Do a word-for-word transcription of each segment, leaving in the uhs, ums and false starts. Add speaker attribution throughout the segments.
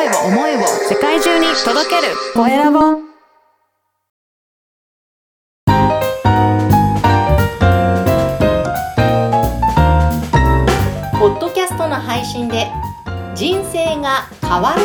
Speaker 1: を思いを世界中に届けるコエラボ。ポッドキャストの配信で人生が変わる。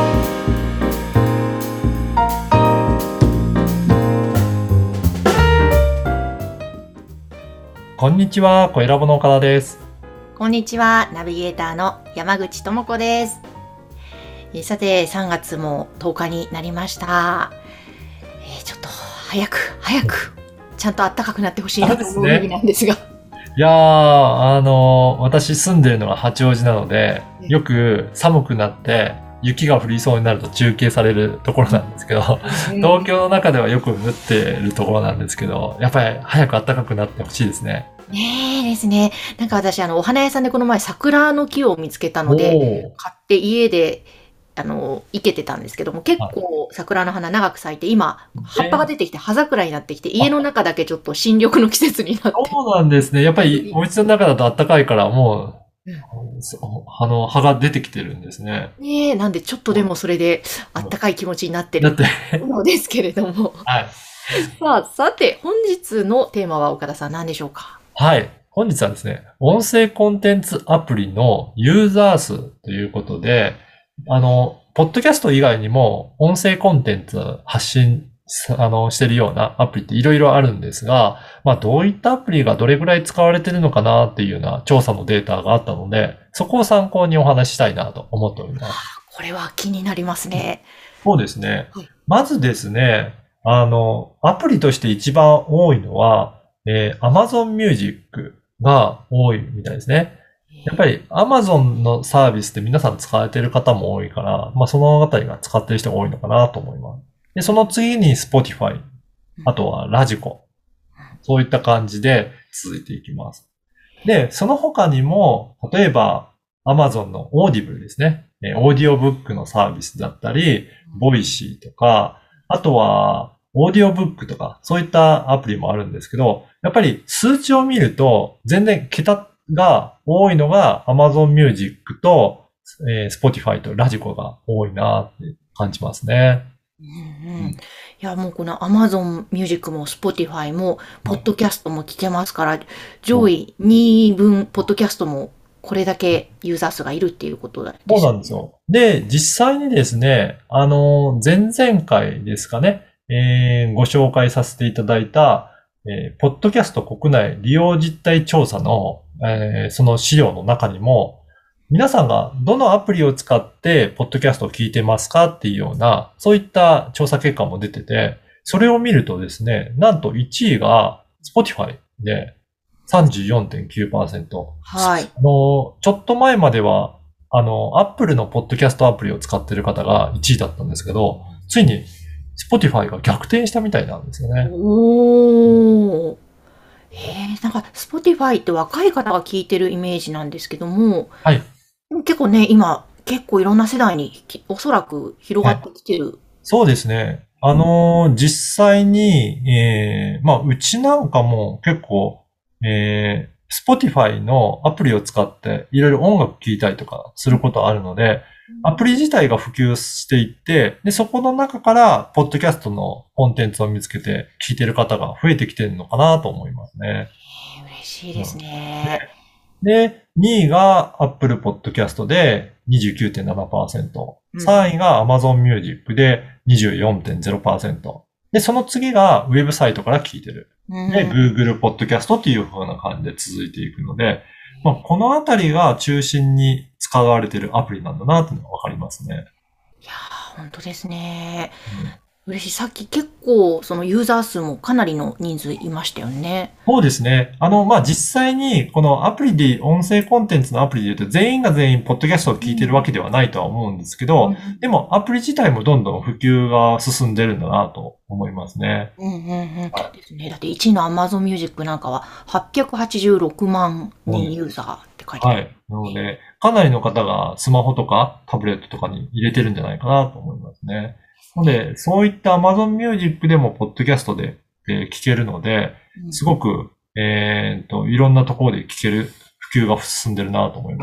Speaker 2: こんにちは、コエラボの岡田です。
Speaker 1: こんにちは、ナビゲーターの山口智子です。えさて、さんがつもとおかになりました。えー、ちょっと早く早くちゃんと暖かくなってほしいなと思う日々なんですが。
Speaker 2: いやー、あのー、私住んでるのが八王子なので、よく寒くなって雪が降りそうになると中継されるところなんですけど、東京の中ではよく降ってるところなんですけど、やっぱり早く暖かくなってほしいですね。
Speaker 1: ねえですね。なんか私、あの、お花屋さんでこの前桜の木を見つけたので、買って家で、あの、生けてたんですけども、結構桜の花長く咲いて、今、葉っぱが出てきて葉桜になってきて、家の中だけちょっと新緑の季節になって。
Speaker 2: そうなんですね。やっぱりお家の中だと暖かいからもう、うん、あの、葉が出てきてるんですね。
Speaker 1: ねえ、なんでちょっとでもそれで暖かい気持ちになってるのですけれども。はい。さあ、さて、本日のテーマは岡田さん何でしょうか？
Speaker 2: はい。本日はですね、音声コンテンツアプリのユーザー数ということで、あの、ポッドキャスト以外にも音声コンテンツ発信、あの、してるようなアプリっていろいろあるんですが、まあ、どういったアプリがどれぐらい使われてるのかなっていうような調査のデータがあったので、そこを参考にお話ししたいなと思っております。
Speaker 1: これは気になりますね。
Speaker 2: そうですね。はい、まずですね、あの、アプリとして一番多いのは、えー、Amazon Music が多いみたいですね。やっぱり Amazon のサービスって皆さん使われている方も多いから、まあそのあたりが使っている人が多いのかなと思います。で、その次に Spotify、あとはラジコ。そういった感じで続いていきます。で、その他にも、例えば Amazon の Audible ですね。オーディオブックのサービスだったり、Voicy とか、あとは、オーディオブックとか、そういったアプリもあるんですけど、やっぱり数値を見ると、全然桁が多いのが Amazon Music と、えー、Spotify とラジコが多いなって感じますね。
Speaker 1: うんうん、いや、もうこの Amazon Music も Spotify も、ポッドキャストも聞けますから、上位にぶん、ポッドキャストもこれだけユーザー数がいるっていうことですね。
Speaker 2: そうなんですよ。で、実際にですね、あの、前々回ですかね、えー、ご紹介させていただいた、えー、ポッドキャスト国内利用実態調査の、えー、その資料の中にも、皆さんがどのアプリを使ってポッドキャストを聞いてますかっていうような、そういった調査結果も出てて、それを見るとですね、なんといちいが Spotify で さんじゅうよんてんきゅうパーセント。
Speaker 1: はい。
Speaker 2: あの、ちょっと前までは、あの、Apple のポッドキャストアプリを使っている方がいちいだったんですけど、ついにSpotify が逆転したみたいなんですよね。
Speaker 1: おー。へえ、なんか Spotify って若い方が聞いてるイメージなんですけども、
Speaker 2: はい。
Speaker 1: でも結構ね、今、結構いろんな世代におそらく広がってきてる。はい、
Speaker 2: そうですね。あのー、実際に、えー、まあ、うちなんかも結構、えー、Spotify のアプリを使っていろいろ音楽聴いたりとかすることあるので、アプリ自体が普及していって、で、そこの中から、ポッドキャストのコンテンツを見つけて聞いてる方が増えてきてるのかなと思いますね。
Speaker 1: 嬉しいですね。
Speaker 2: うん、で、でにいが Apple Podcast で にじゅうきゅうてんななパーセント、うん、さんいが Amazon Music で にじゅうよんてんゼロパーセント、で、その次がウェブサイトから聞いてる。で、Google Podcast っていう風な感じで続いていくので、まあ、このあたりが中心に使われているアプリなんだなっていうのがわかりますね。い
Speaker 1: やー、本当ですね。うん、嬉しい。さっき結構そのユーザー数もかなりの人数いましたよね。
Speaker 2: そうですね。あの、まあ、実際にこのアプリで、音声コンテンツのアプリで言うと全員が全員ポッドキャストを聞いてるわけではないとは思うんですけど、うん、でもアプリ自体もどんどん普及が進んでるんだなと思いますね。
Speaker 1: うんうんうん。ですね。だっていちいの Amazon Music なんかははっぴゃくはちじゅうろくまんにんユーザーって書いてある。
Speaker 2: はい。なので、かなりの方がスマホとかタブレットとかに入れてるんじゃないかなと思いますね。なので、そういった Amazon Music でもポッドキャストで聞けるので、すごく、えっと、いろんなところで聞ける普及が進んでるなと思います。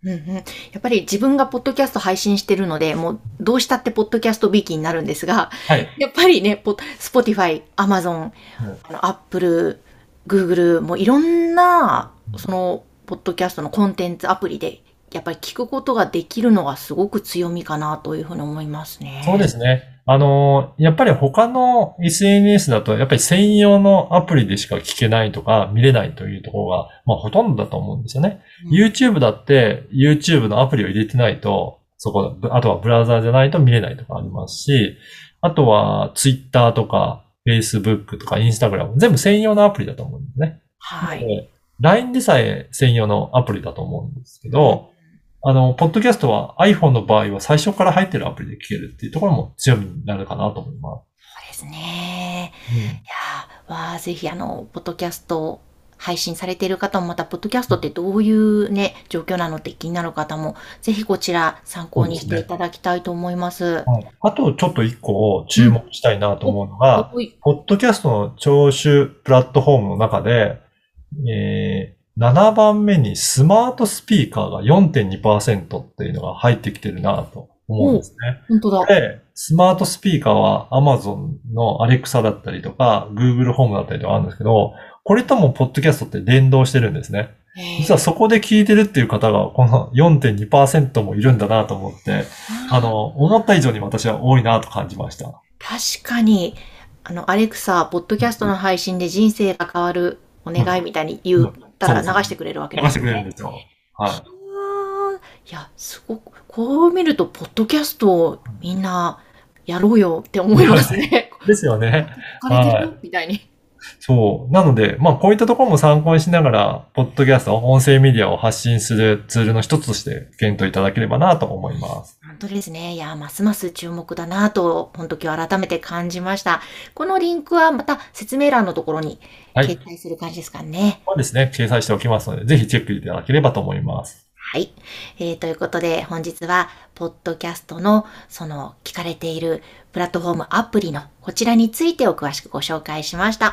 Speaker 1: うんうん。やっぱり自分がポッドキャスト配信してるので、もうどうしたってポッドキャストビーキになるんですが、
Speaker 2: はい。
Speaker 1: やっぱりね、ポ Spotify、Amazon、
Speaker 2: うん。
Speaker 1: あの Apple、Google、もういろんな、その、ポッドキャストのコンテンツアプリで、やっぱり聞くことができるのがすごく強みかなというふうに思います
Speaker 2: そうで
Speaker 1: ね。
Speaker 2: すね。あの、やっぱり他の エスエヌエス だと、やっぱり専用のアプリでしか聞けないとか見れないというところが、まあほとんどだと思うんですよね。
Speaker 1: うん、
Speaker 2: YouTube だって YouTube のアプリを入れてないと、そこ、あとはブラウザーじゃないと見れないとかありますし、あとは Twitter とか Facebook とか Instagram 全部専用のアプリだと思うんですね。な
Speaker 1: はい。
Speaker 2: ので、ライン でさえ専用のアプリだと思うんですけ
Speaker 1: うん、
Speaker 2: ど、あの、ポッドキャストは iPhone の場合は最初から入ってるアプリで聞けるっていうところも強みになるかなと思いま
Speaker 1: そうですね。
Speaker 2: す。うん。
Speaker 1: いやー、わあ、ぜひあの、ポッドキャスト配信されている方も、また、ポッドキャストってどういうね、状況なのって気になる方も、ぜひこちら参考にしてい
Speaker 2: そうですね。
Speaker 1: ただきたいと思います。
Speaker 2: はい。あと、ちょっと一個
Speaker 1: うん。
Speaker 2: 注目したいなと
Speaker 1: お、
Speaker 2: 思うのが、
Speaker 1: おい。
Speaker 2: ポッドキャストの聴取プラットフォームの中で、えー、ななばんめにスマートスピーカーがよんてんにパーセントっていうのが入ってきてるなと思うんで
Speaker 1: お、
Speaker 2: すね。
Speaker 1: ほんとだ。
Speaker 2: これ、スマートスピーカーは Amazon の Alexa だったりとか、Google ホームだったりとかあるんですけど、これともポッドキャストって連動してるんですね。
Speaker 1: へ
Speaker 2: 実は
Speaker 1: え。
Speaker 2: そこで聞いてるっていう方がこのよんてんにパーセントもいるんだなと思って、あ
Speaker 1: あ
Speaker 2: の、思った以上に私は多いなと感じました。
Speaker 1: ー、確かに、あの、アレクサ、ポッドキャストの配信で人生が変わるお
Speaker 2: うん。
Speaker 1: 願いみたいに言っ
Speaker 2: うん。
Speaker 1: たら流
Speaker 2: そうです。
Speaker 1: してくれるわけ
Speaker 2: 流してくれるん
Speaker 1: ですよね。
Speaker 2: ですよ。は
Speaker 1: はあ、いや、すごく、こう見ると、ポッドキャストをみんなやろうよって思
Speaker 2: い。
Speaker 1: いますね。
Speaker 2: ですよね。
Speaker 1: 疲れて
Speaker 2: はい。
Speaker 1: るみたいに。
Speaker 2: そう。なので、まあこういったところも参考にしながら、ポッドキャスト、音声メディアを発信するツールの一つとして検討いただければなと思います。
Speaker 1: 本当ですね。いや、ますます注目だなと、本当今日改めて感じました。このリンクはまた説明欄のところに
Speaker 2: はい。
Speaker 1: 掲載する感じですかね。
Speaker 2: そうですね。掲載しておきますので、ぜひチェックいただければと思います。
Speaker 1: はい。えー、ということで、本日は、ポッドキャストの、その、聞かれているプラットフォームアプリの、こちらについてお詳しくご紹介しました。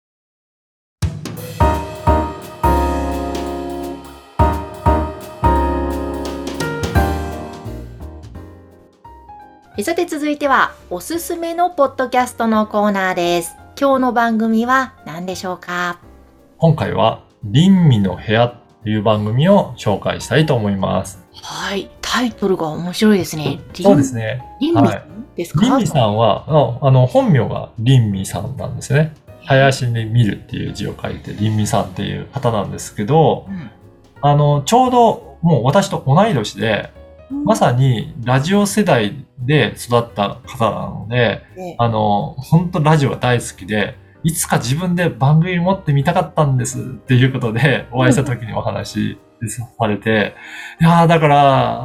Speaker 1: さて続いては、おすすめのポッドキャストのコーナーです。今日の番組は何でしょうか？
Speaker 2: 今回は、倫理の部屋っていう番組を紹介したいと思います。
Speaker 1: はい。タイトルが面白いですね。
Speaker 2: そうで
Speaker 1: りん、
Speaker 2: すね。
Speaker 1: りんみさ
Speaker 2: はい。
Speaker 1: んですか？
Speaker 2: 倫理さんは、ああの、本名が倫理さんなんですね。林に見るっていう字を書いて、倫理さんっていう方なんですけど、
Speaker 1: うん。
Speaker 2: あの、ちょうどもう私と同い年で、ま
Speaker 1: うん。
Speaker 2: さにラジオ世代で育った方なので、
Speaker 1: で、
Speaker 2: あの、本当ラジオが大好きで、いつか自分で番組持ってみたかったんですっていうことで、お会いした時にお話されて、いやーだから、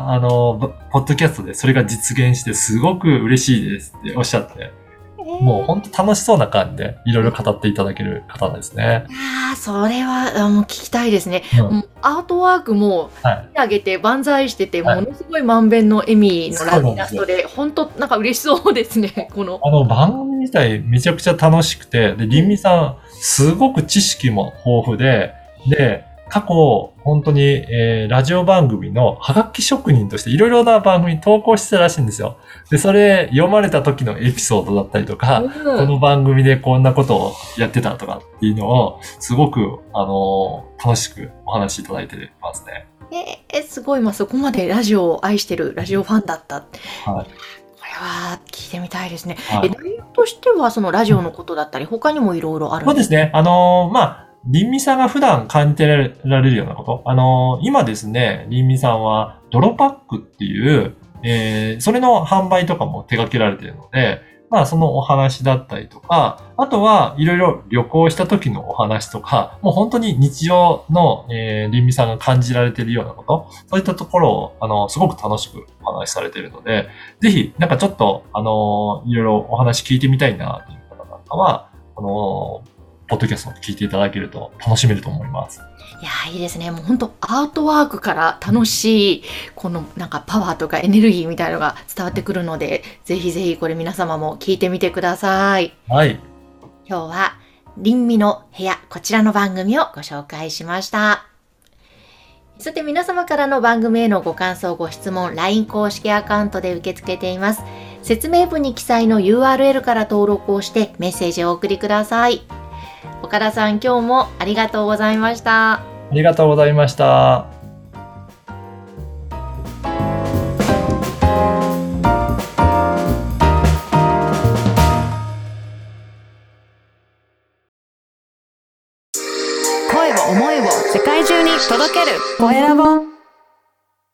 Speaker 2: あの、ポッドキャストでそれが実現してすごく嬉しいですっておっしゃって、もう
Speaker 1: え
Speaker 2: 本当楽しそうな感じでいろいろ語っていただける方ですね。
Speaker 1: ああ、それは、あ、もう聞きたいですね。
Speaker 2: うん。
Speaker 1: もうアートワークも
Speaker 2: はい。
Speaker 1: 手上げて万歳してて、
Speaker 2: はい。
Speaker 1: ものすごい満遍の笑みの
Speaker 2: そ
Speaker 1: ラ
Speaker 2: うなんですよ。
Speaker 1: イラストで、ほんとなんか嬉しそうですね、この。
Speaker 2: あの、番組自体めちゃくちゃ楽しくて、で、りんみさん、すごく知識も豊富で、で、過去、本当に、えー、ラジオ番組のハガキ職人としていろいろな番組に投稿してたらしいんですよ。で、それ読まれた時のエピソードだったりとか、
Speaker 1: うん。
Speaker 2: この番組でこんなことをやってたとかっていうのを、すごく、あのー楽しくお話しいただいてますね。
Speaker 1: えー、すごい、まあ、そこまでラジオを愛してるラジオファンだった。こ
Speaker 2: はい。
Speaker 1: れは聞いてみたいですね。え、
Speaker 2: はい。
Speaker 1: 内容としてはそのラジオのことだったり、他にもいろいろあるんですか？
Speaker 2: そうですね。あのーまあ、りんみさんが普段感じてられるようなこと。あのー今ですね、りんみさんは、ドロパックっていう、えー、それの販売とかも手掛けられているので、まあ、そのお話だったりとか、あとはいろいろ旅行した時のお話とか、もう本当に日常の、えー、りんみさんが感じられているようなこと、そういったところを、あの、すごく楽しくお話しされているので、ぜひ、なんかちょっと、あのーいろいろお話聞いてみたいな、という方なんかは、あのーポッドキャストを聞いていただけると楽しめると思います。
Speaker 1: いやー、いいですね。もう本当アートワークから楽しい、このなんかパワーとかエネルギーみたいなのが伝わってくるので、ぜひぜひこれ皆様も聞いてみてください。
Speaker 2: はい。
Speaker 1: 今日は、倫理の部屋、こちらの番組をご紹介しました。 さて皆様からの番組へのご感想、ご質問、ライン 公式アカウントで受け付けています。説明文に記載の ユーアールエル から登録をしてメッセージをお送りください。岡田さん、今日もありがとうございました。
Speaker 2: ありがとうございました。
Speaker 3: 声を思いを世界中に届けるコエラボ。